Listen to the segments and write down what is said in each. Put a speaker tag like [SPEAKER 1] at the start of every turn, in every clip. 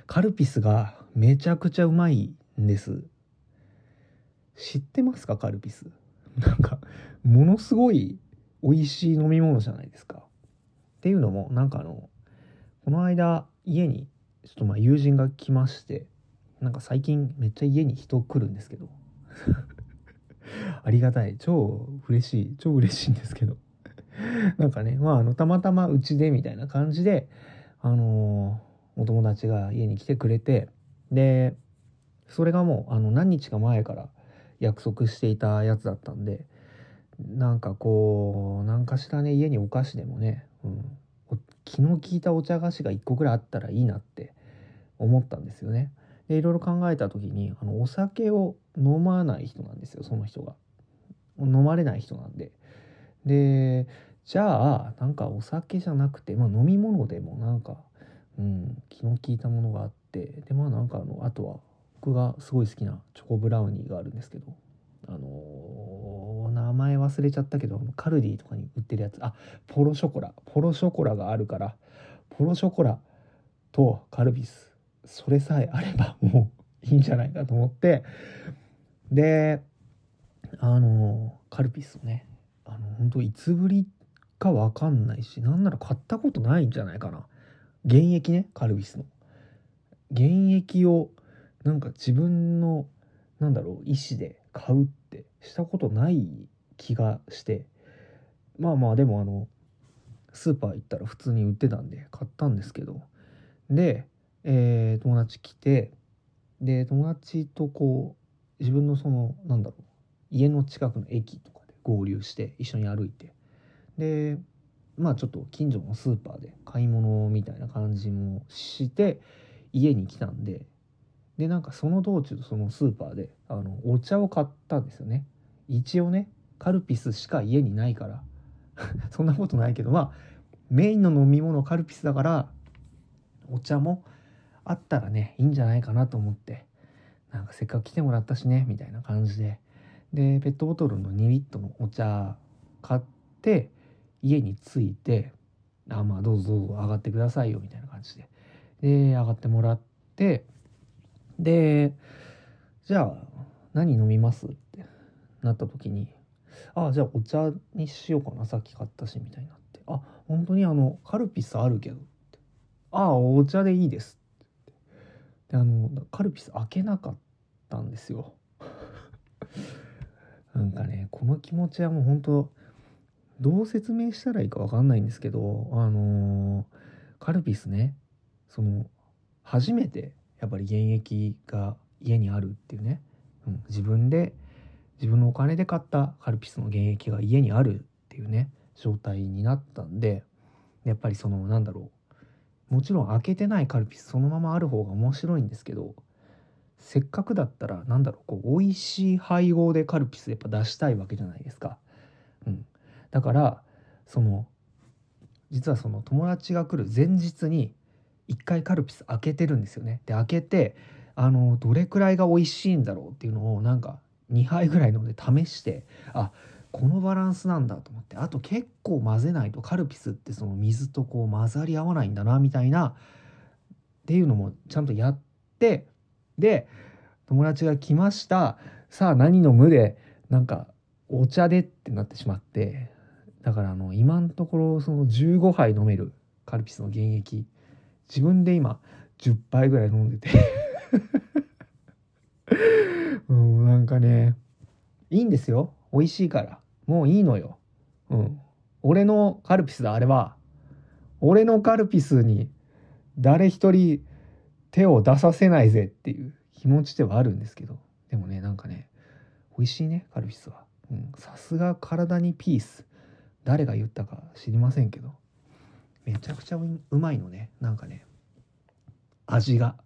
[SPEAKER 1] カルピスがめちゃくちゃうまいんです。知ってますか？カルピス。なんかものすごい美味しい飲み物じゃないですか。っていうのもこの間家にちょっと友人が来まして、最近めっちゃ家に人来るんですけどありがたい、超嬉しいんですけどたまたまうちでみたいな感じでお友達が家に来てくれて、でそれがもう何日か前から約束していたやつだったんで、なんかしらね、家にお菓子でもね、気の利いたお茶菓子が1個ぐらいあったらいいなって思ったんですよね。でいろいろ考えた時にお酒を飲まない人なんですよ、その人が。飲まれない人なんで。でじゃあお酒じゃなくて、飲み物でも気の利いたものがあって、であとは僕がすごい好きなチョコブラウニーがあるんですけど、名前忘れちゃったけどカルディとかに売ってるやつ、ポロショコラがあるから、ポロショコラとカルピス、それさえあればもういいんじゃないかと思って、でカルピスをね、本当いつぶりかわかんないし、なんなら買ったことないんじゃないかな。原液ね、カルピスの原液を自分の意思で買うってしたことない気がして、でもスーパー行ったら普通に売ってたんで買ったんですけど、で、友達来て、で友達と自分の家の近くの駅とかで合流して一緒に歩いて、でちょっと近所のスーパーで買い物みたいな感じもして家に来たんで、その道中そのスーパーでお茶を買ったんですよね。一応ね、カルピスしか家にないからそんなことないけど、メインの飲み物カルピスだからお茶もあったらねいいんじゃないかなと思って、せっかく来てもらったしねみたいな感じで、ペットボトルの2リットルのお茶買って家に着いて、どうぞどうぞ上がってくださいよみたいな感じで、上がってもらって、でじゃあ何飲みますってなった時に、じゃあお茶にしようかな、さっき買ったしみたいになって、本当にカルピスあるけどって、お茶でいいですって。でカルピス開けなかったんですよ。この気持ちはもう本当どう説明したらいいか分かんないんですけど、カルピスね、初めてやっぱり原液が家にあるっていうね、自分のお金で買ったカルピスの原液が家にあるっていうね状態になったんで、やっぱりもちろん開けてないカルピスそのままある方が面白いんですけど、せっかくだったら美味しい配合でカルピスやっぱ出したいわけじゃないですか。だから実は友達が来る前日に一回カルピス開けてるんですよね。で開けてどれくらいが美味しいんだろうっていうのを2杯ぐらい飲んで試して、このバランスなんだと思って、あと結構混ぜないとカルピスって水と混ざり合わないんだなみたいなっていうのもちゃんとやって、で友達が来ました、さあ何飲むでお茶でってなってしまって、だから今のところ15杯飲めるカルピスの原液、自分で今10杯ぐらい飲んでていいんですよ、美味しいからもういいのよ。俺のカルピスだ、あれは俺のカルピスに誰一人手を出させないぜっていう気持ちではあるんですけど、でもね美味しいねカルピスは。さすが体にピース、誰が言ったか知りませんけどめちゃくちゃうまいのね。味が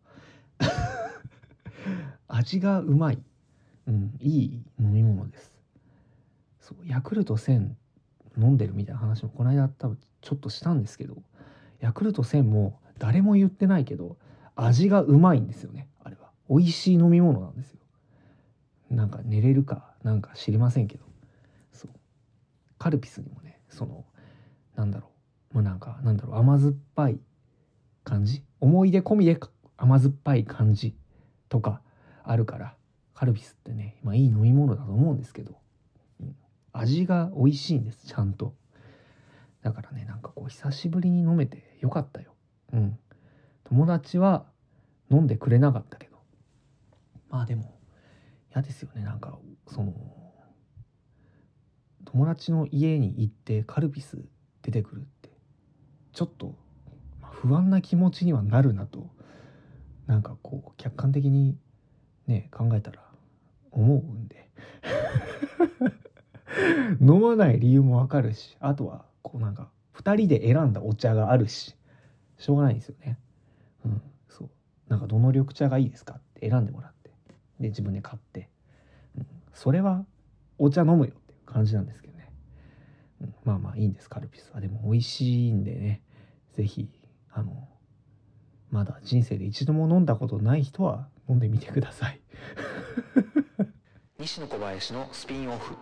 [SPEAKER 1] 味がうまい、いい飲み物です。そうヤクルト1000飲んでるみたいな話もこの間多分ちょっとしたんですけど、ヤクルト1000も誰も言ってないけど味がうまいんですよね。あれは美味しい飲み物なんですよ。寝れるか知りませんけど、そうカルピスにもね甘酸っぱい感じ、思い出込みで甘酸っぱい感じとかあるから、カルピスってね、いい飲み物だと思うんですけど、味が美味しいんです、ちゃんと。だからね、なんかこう久しぶりに飲めてよかったよ。友達は飲んでくれなかったけど、でも嫌ですよね。なんかその友達の家に行ってカルピス出てくるってちょっと不安な気持ちにはなるなと、なんかこう客観的にね考えたら思うんで飲まない理由もわかるし、あとはこうなんか2人で選んだお茶があるししょうがないんですよね。そう、なんかどの緑茶がいいですかって選んでもらって、で自分で買って、それはお茶飲むよっていう感じなんですけどね。いいんです、カルピスは。でも美味しいんでね、ぜひまだ人生で一度も飲んだことない人は飲んでみてください西野小林のスピンオフ。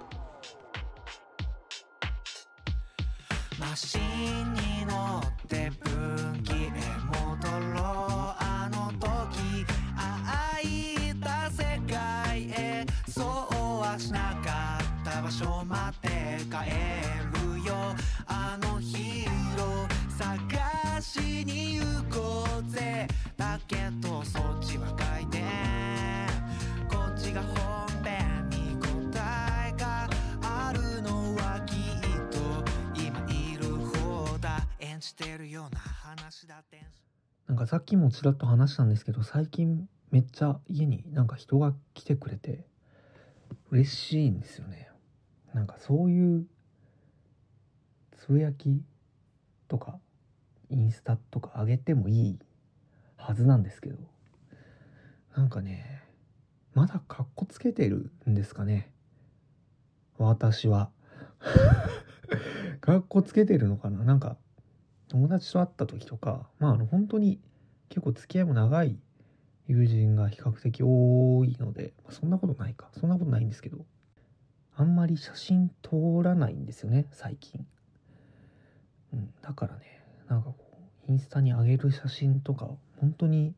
[SPEAKER 1] マシンに乗って分岐へ戻ろう、あの時会いた世界へ、そうはしなかった場所まで帰るよ、あのヒーロー探しに行こうぜ、だけどそっちは回転、こっちが本編、見応えがあるのはきっと今いる方だ、演じてるような話だって。なんかさっきもちらっと話したんですけど、最近めっちゃ家になんか人が来てくれて嬉しいんですよね。なんかそういうつぶやきとかインスタとか上げてもいいはずなんですけど、なんかね、まだカッコつけてるんですかね、私はカッコつけてるのかな。なんか友達と会った時とか、本当に結構付き合いも長い友人が比較的多いので、そんなことないか、そんなことないんですけど、あんまり写真通らないんですよね最近。だからね、なんかこうインスタに上げる写真とか、本当に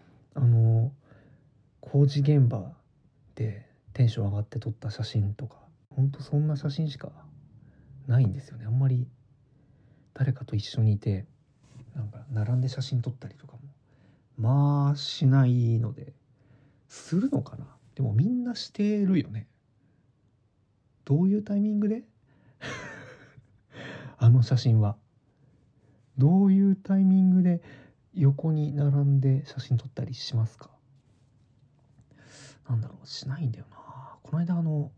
[SPEAKER 1] 工事現場でテンション上がって撮った写真とか、本当そんな写真しかないんですよね。あんまり誰かと一緒にいてなんか並んで写真撮ったりとかもしないので、するのかな。でもみんなしてるよね。どういうタイミングであの写真はどういうタイミングで横に並んで写真撮ったりしますか。なんだろう、しないんだよな。この間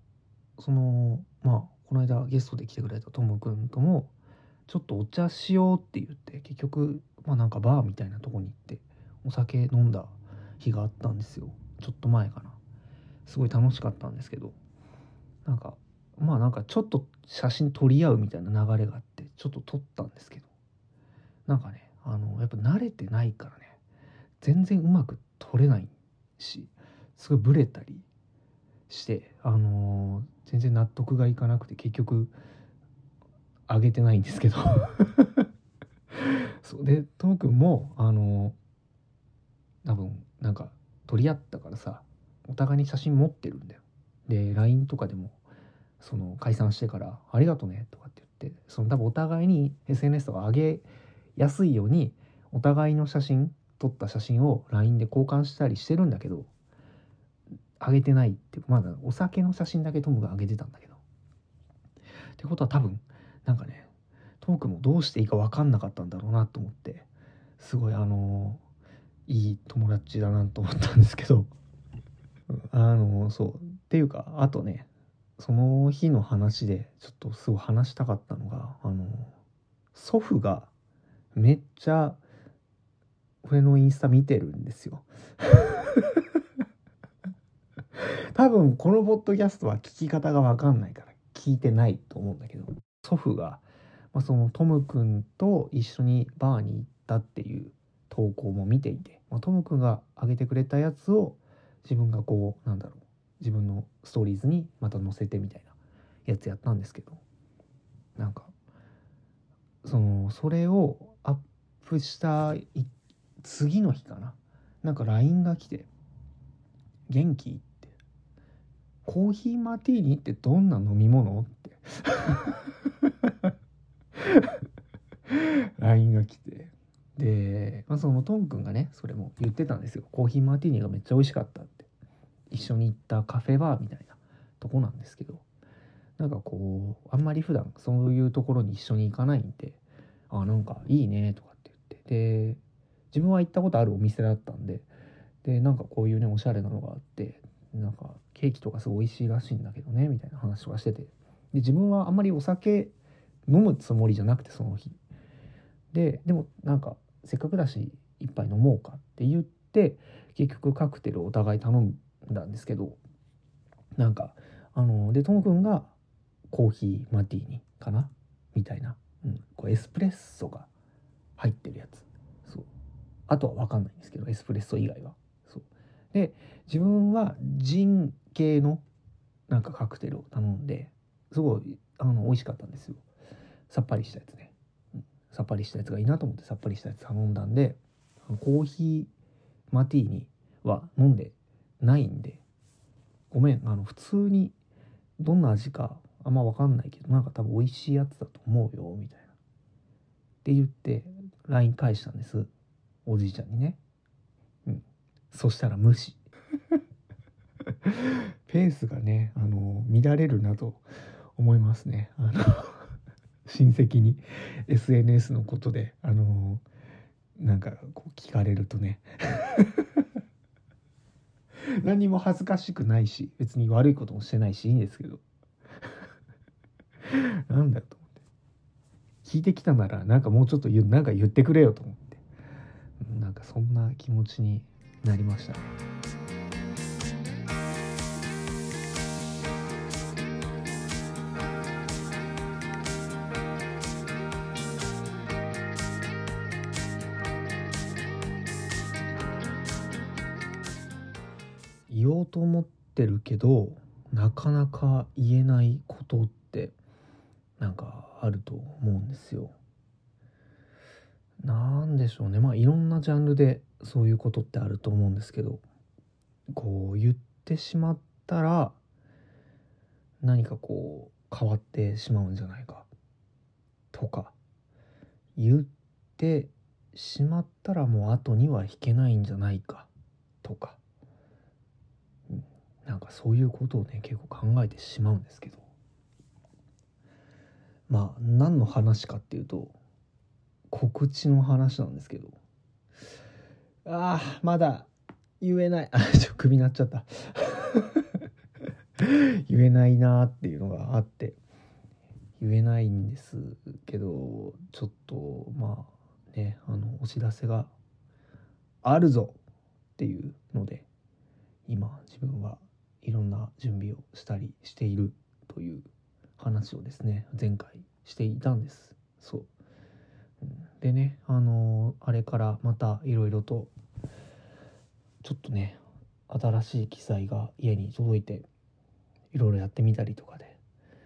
[SPEAKER 1] この間ゲストで来てくれたトムくんともちょっとお茶しようって言って、結局なんかバーみたいなとこに行ってお酒飲んだ日があったんですよ。ちょっと前かな。すごい楽しかったんですけど、なんかちょっと写真撮り合うみたいな流れがあって、ちょっと撮ったんですけど、なんかね、やっぱ慣れてないからね、全然うまく撮れないし、すごいブレたりして、全然納得がいかなくて、結局上げてないんですけどそうで、トム君も多分なんか撮り合ったからさ、お互いに写真持ってるんだよ。で LINE とかでもその解散してから「ありがとね」とかって言って、その多分お互いに SNS とか上げやすいようにお互いの撮った写真を LINE で交換したりしてるんだけど、上げてないって、まだお酒の写真だけトムが上げてたんだけど、ってことは多分なんかね、トークもどうしていいか分かんなかったんだろうなと思って、すごいいい友達だなと思ったんですけどそうっていうか、あとね、その日の話でちょっとすごい話したかったのが、祖父がめっちゃ俺のインスタ見てるんですよ多分このポッドキャストは聞き方が分かんないから聞いてないと思うんだけど、祖父が、そのトムくんと一緒にバーに行ったっていう投稿も見ていて、トムくんが上げてくれたやつを自分が自分のストーリーズにまた載せてみたいなやつやったんですけど、なんかそれをアップした次の日かななんか LINE が来て元気ってコーヒーマティーニってどんな飲み物って LINE が来てで、そのトン君がねそれも言ってたんですよ。コーヒーマティーニがめっちゃ美味しかったって。一緒に行ったカフェバーみたいなとこなんですけど、なんかこうあんまり普段そういうところに一緒に行かないんで、なんかいいねとかって言って、で自分は行ったことあるお店だったんで、なんかこういうねおしゃれなのがあって、なんかケーキとかすごい美味しいらしいんだけどねみたいな話とかしてて、で自分はあんまりお酒飲むつもりじゃなくてその日でもなんかせっかくだし一杯飲もうかって言って結局カクテルをお互い頼んだんですけど、なんかでトム君がコーヒーマティーニかなみたいな、こうエスプレッソが入ってるやつ、そうあとは分かんないんですけどエスプレッソ以外はそうで、自分はジン系のなんかカクテルを頼んですごい美味しかったんですよ。さっぱりしたやつね、さっぱりしたやつがいいなと思ってさっぱりしたやつ頼んだんで、コーヒーマティーニは飲んでないんで、ごめん普通にどんな味かあんま分かんないけどなんか多分美味しいやつだと思うよみたいなって言って LINE 返したんです、おじいちゃんにね。そしたら無視ペースがね乱れるなと思いますね。親戚に SNS のことでなんかこう聞かれるとね何も恥ずかしくないし別に悪いこともしてないしいいんですけどなんだと思って聞いてきたならなんかもうちょっとなんか言ってくれよと思って、なんかそんな気持ちになりましたね。言おうと思ってるけどなかなか言えないことってなんかあると思うんですよ。なんでしょうね、いろんなジャンルでそういうことってあると思うんですけど、こう言ってしまったら何かこう変わってしまうんじゃないかとか、言ってしまったらもう後には引けないんじゃないかとか、なんかそういうことをね結構考えてしまうんですけど、何の話かっていうと告知の話なんですけど、まだ言えないクビになっちゃった言えないなっていうのがあって言えないんですけど、ちょっとお知らせがあるぞっていうので今自分はいろんな準備をしたりしているという話をですね前回していたんです。そうでねあれからまたいろいろとちょっとね新しい機材が家に届いていろいろやってみたりとかで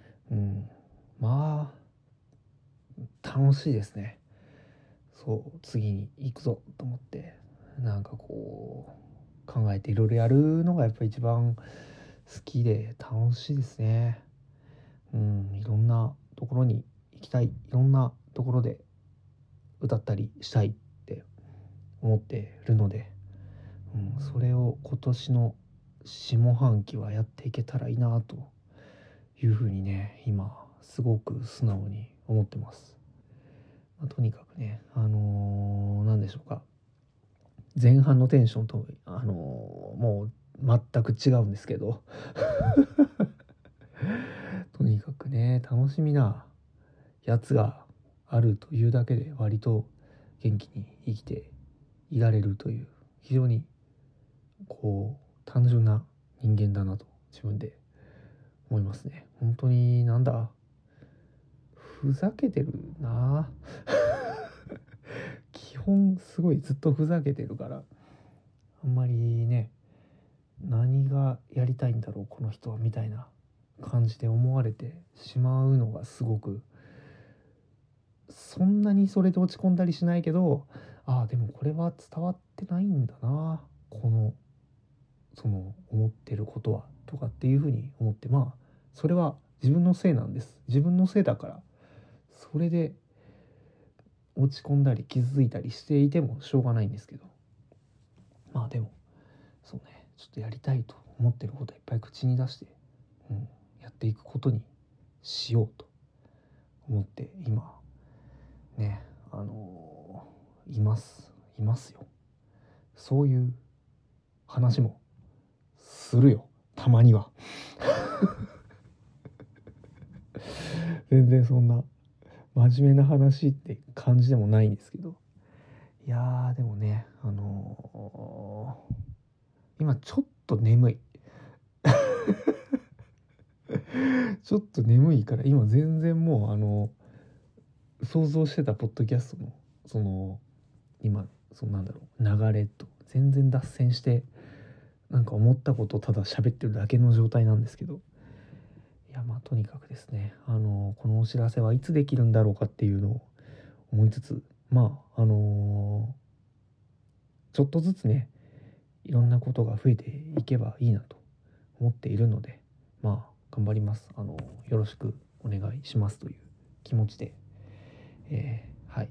[SPEAKER 1] 楽しいですね。そう次に行くぞと思ってなんかこう考えていろいろやるのがやっぱり一番好きで楽しいですね。いろんなところに行きたい、いろんなところで歌ったりしたいって思っているので、それを今年の下半期はやっていけたらいいなというふうにね今すごく素直に思ってます。とにかくね何でしょうか、前半のテンションともう全く違うんですけどとにかくね楽しみなやつがあるというだけで割と元気に生きていられるという非常にこう単純な人間だなと自分で思いますね。本当にふざけてるな基本すごいずっとふざけてるからあんまりね何がやりたいんだろうこの人はみたいな感じで思われてしまうのがすごく、そんなにそれで落ち込んだりしないけどでもこれは伝わってないんだな、その思ってることはとかっていうふうに思って、それは自分のせいなんです。自分のせいだから、それで落ち込んだり傷ついたりしていてもしょうがないんですけど、でもそうね、ちょっとやりたいと思ってることいっぱい口に出して、やっていくことにしようと思って今ね、いますよ。そういう話もするよ、たまには。全然そんな真面目な話って感じでもないんですけど、いやでもね、今ちょっと眠いちょっと眠いから今全然もう想像してたポッドキャストの今なんだろう、流れと全然脱線して、なんか思ったことをただ喋ってるだけの状態なんですけど、いやとにかくですね、このお知らせはいつできるんだろうかっていうのを思いつつ、ちょっとずつね、いろんなことが増えていけばいいなと思っているので、頑張ります。よろしくお願いしますという気持ちで、はい、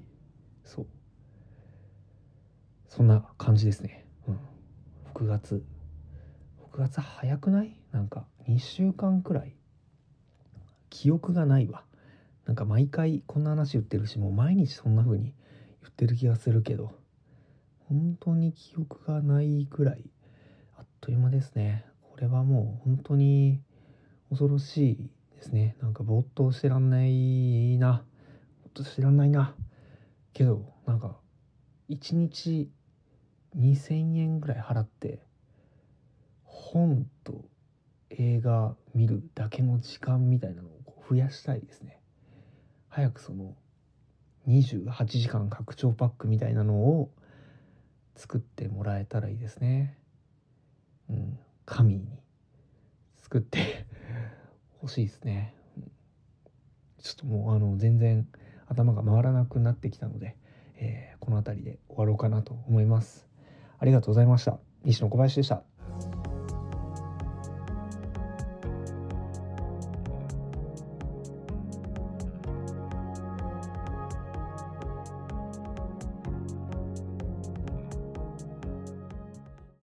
[SPEAKER 1] そんな感じですね。6月早くない？なんか2週間くらい記憶がないわ。なんか毎回こんな話言ってるし、もう毎日そんな風に言ってる気がするけど、本当に記憶がないくらいあっという間ですね。これはもう本当に恐ろしいですね。なんかぼーっとしてらんないな。ぼーっとしてらんないな。けどなんか1日2000円ぐらい払って本と映画見るだけの時間みたいなのを増やしたいですね。早くその28時間拡張パックみたいなのを作ってもらえたらいいですね。神に作ってほしいですね。ちょっともう全然頭が回らなくなってきたので、この辺りで終わろうかなと思います。ありがとうございました。西野小林でした。